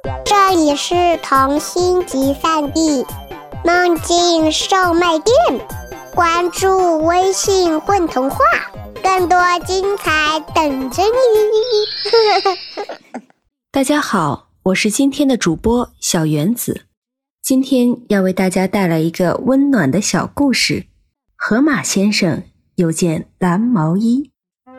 这里是童心集散地梦境售卖店，关注微信混童话，更多精彩等着你。 大家好，我是今天的主播小原子，今天要为大家带来一个温暖的小故事。河马先生有件蓝毛衣。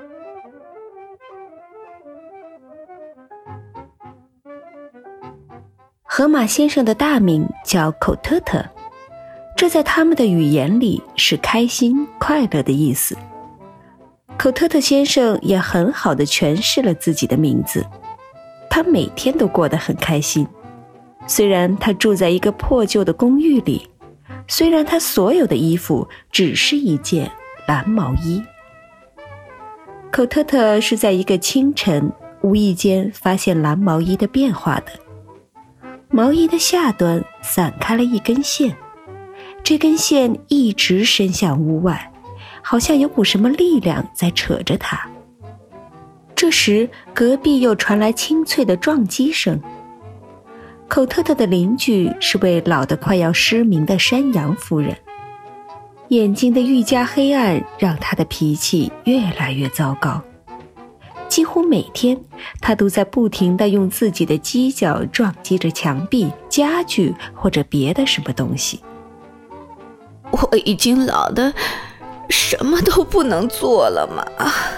河马先生的大名叫口特特，这在他们的语言里是开心快乐的意思。口特特先生也很好地诠释了自己的名字，他每天都过得很开心。虽然他住在一个破旧的公寓里，虽然他所有的衣服只是一件蓝毛衣。口特特是在一个清晨无意间发现蓝毛衣的变化的。毛衣的下端散开了一根线，这根线一直伸向屋外，好像有股什么力量在扯着它。这时隔壁又传来清脆的撞击声。口特特的邻居是位老得快要失明的山羊夫人，眼睛的愈加黑暗让她的脾气越来越糟糕。几乎每天他都在不停地用自己的犄角撞击着墙壁、家具或者别的什么东西。 我已经老得什么都不能做了吗？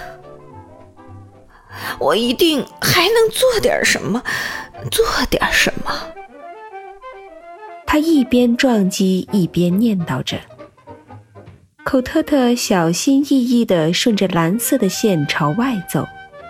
我一定还能做点什么，做点什么。 他一边撞击一边念叨着。口特特小心翼翼地顺着蓝色的线朝外走，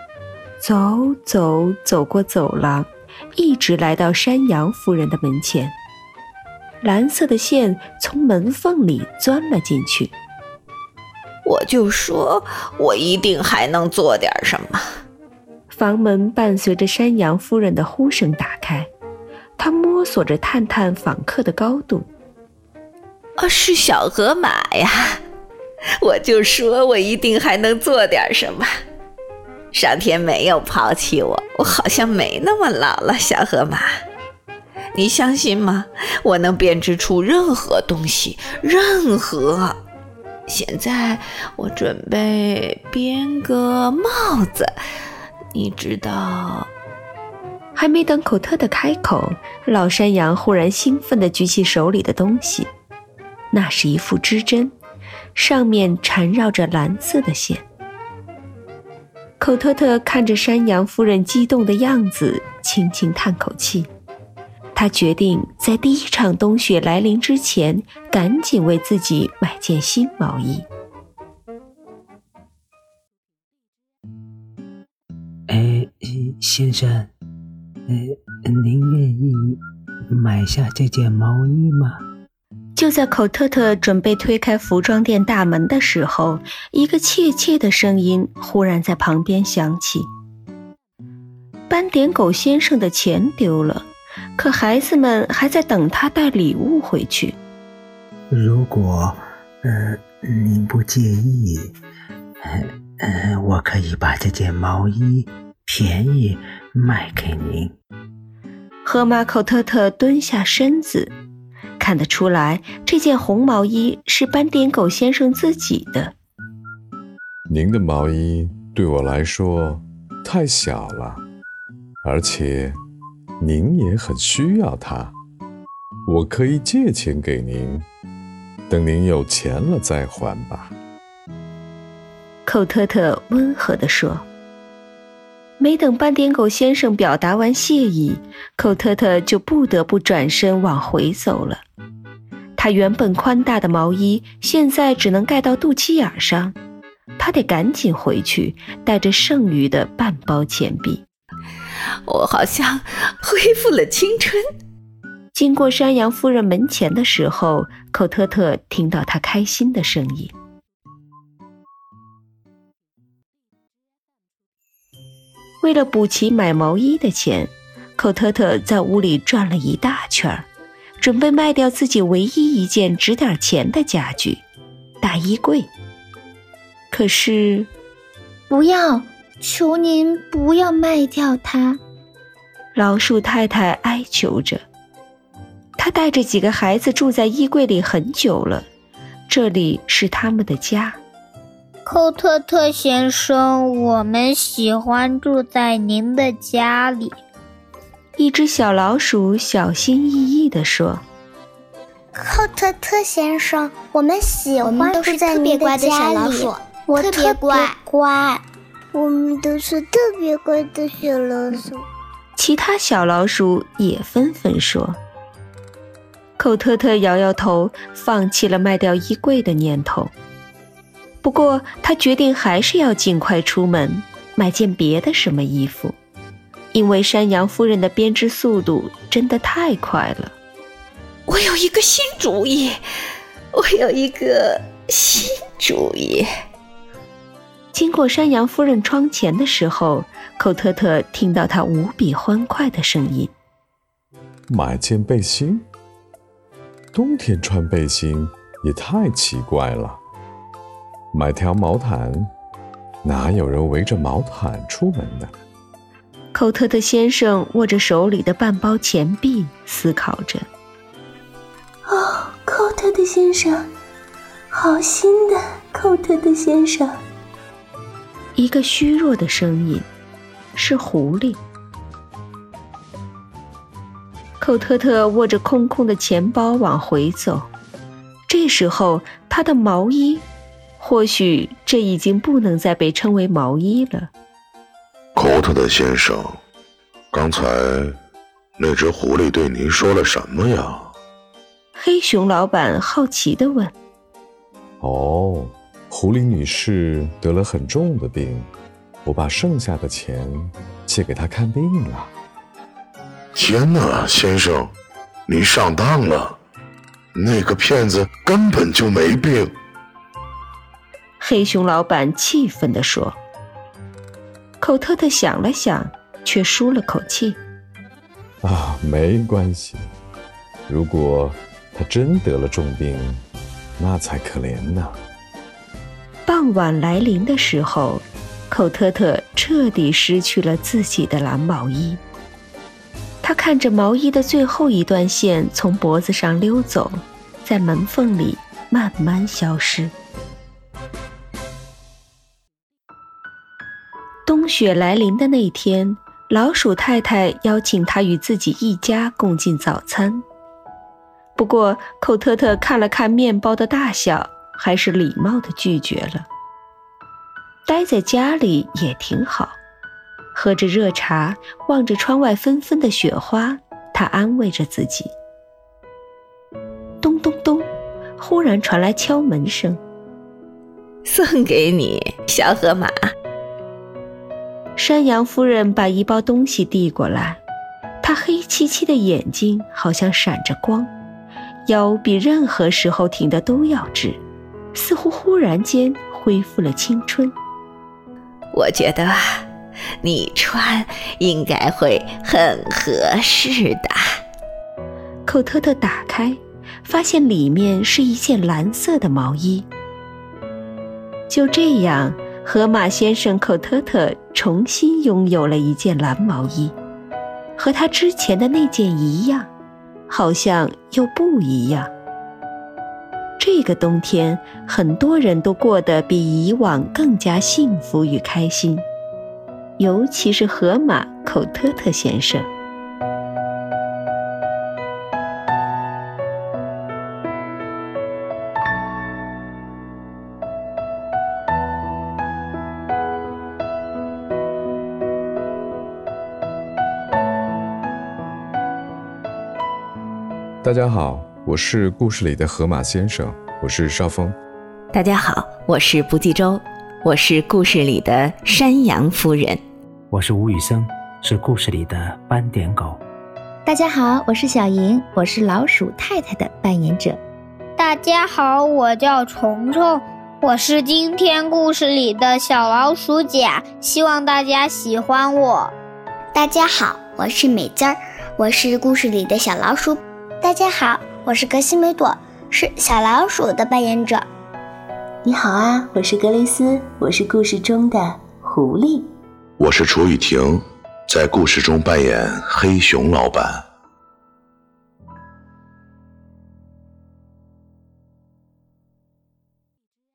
走过走廊，一直来到山羊夫人的门前。蓝色的线从门缝里钻了进去。 我就说我一定还能做点什么。 房门伴随着山羊夫人的呼声打开，她摸索着探探访客的高度。 是小河马呀！我就说我一定还能做点什么。上天没有抛弃我，我好像没那么老了，小河马。你相信吗？我能编织出任何东西，任何。现在我准备编个帽子，你知道。 还没等口特特开口，老山羊忽然兴奋地举起手里的东西，那是一副织针，上面缠绕着蓝色的线。口特特看着山羊夫人激动的样子，轻轻叹口气。他决定在第一场冬雪来临之前，赶紧为自己买件新毛衣。 先生，您愿意买下这件毛衣吗？ 就在口特特准备推开服装店大门的时候，一个怯怯的声音忽然在旁边响起。斑点狗先生的钱丢了，可孩子们还在等他带礼物回去。 如果您不介意，我可以把这件毛衣便宜卖给您。 河马口特特蹲下身子，看得出来这件红毛衣是斑点狗先生自己的。 您的毛衣对我来说太小了，而且您也很需要它。我可以借钱给您，等您有钱了再还吧。 口特特温和地说。没等斑点狗先生表达完谢意，口特特就不得不转身往回走了。他原本宽大的毛衣现在只能盖到肚脐眼上，他得赶紧回去，带着剩余的半包钱币。 我好像恢复了青春。 经过山羊夫人门前的时候，口特特听到他开心的声音。为了补齐买毛衣的钱，口特特在屋里转了一大圈，准备卖掉自己唯一一件值点钱的家具——大衣柜。可是， 不要，求您不要卖掉它。 老鼠太太哀求着。她带着几个孩子住在衣柜里很久了，这里是他们的家。 寇特特先生，我们喜欢住在您的家里。 一只小老鼠小心翼翼地说。 寇特特先生，我们喜欢住在您的家里。我特别乖。我们都是特别乖的小老鼠。 其他小老鼠也纷纷说。寇特特摇摇头，放弃了卖掉衣柜的念头。不过他决定还是要尽快出门，买件别的什么衣服，因为山羊夫人的编织速度真的太快了。 我有一个新主意。 经过山羊夫人窗前的时候，寇特特听到她无比欢快的声音。 买件背心？冬天穿背心也太奇怪了。买条毛毯？哪有人围着毛毯出门呢？ 寇特特先生握着手里的半包钱币，思考着。 寇特特先生，好心的寇特特先生。 一个虚弱的声音，是狐狸。寇特特握着空空的钱包往回走，这时候他的毛衣，或许这已经不能再被称为毛衣了。 寇特特先生，刚才那只狐狸对您说了什么呀？ 黑熊老板好奇地问。 哦，狐狸女士得了很重的病，我把剩下的钱借给她看病了。 天哪，先生，您上当了，那个骗子根本就没病。 黑熊老板气愤地说。寇特特想了想，却舒了口气。 没关系，如果他真得了重病，那才可怜呢。 傍晚来临的时候，寇特特彻底失去了自己的蓝毛衣。他看着毛衣的最后一段线从脖子上溜走，在门缝里慢慢消失。冬雪来临的那天，老鼠太太邀请他与自己一家共进早餐。不过寇特特看了看面包的大小，还是礼貌地拒绝了。待在家里也挺好，喝着热茶，望着窗外纷纷的雪花，他安慰着自己。咚咚咚，忽然传来敲门声。 送给你，小河马。 山羊夫人把一包东西递过来，她黑漆漆的眼睛好像闪着光，腰比任何时候挺得都要直，似乎忽然间恢复了青春。 我觉得你穿应该会很合适的。 寇特特打开，发现里面是一件蓝色的毛衣。就这样，河马先生寇特特重新拥有了一件蓝毛衣，和他之前的那件一样，好像又不一样。这个冬天，很多人都过得比以往更加幸福与开心，尤其是河马寇特特先生。 大家好，我是故事里的河马先生，我是邵峰。 大家好，我是不计周，我是故事里的山羊夫人。 我是吴宇森，是故事里的斑点狗。 大家好，我是小莹，我是老鼠太太的扮演者。 大家好，我叫虫虫，我是今天故事里的小老鼠甲，希望大家喜欢我。 大家好，我是美滋儿，我是故事里的小老鼠。大家好，我是格西梅朵，是小老鼠的扮演者。 你好啊，我是格雷斯，我是故事中的狐狸。 我是楚雨婷， 在故事中扮演黑熊老板。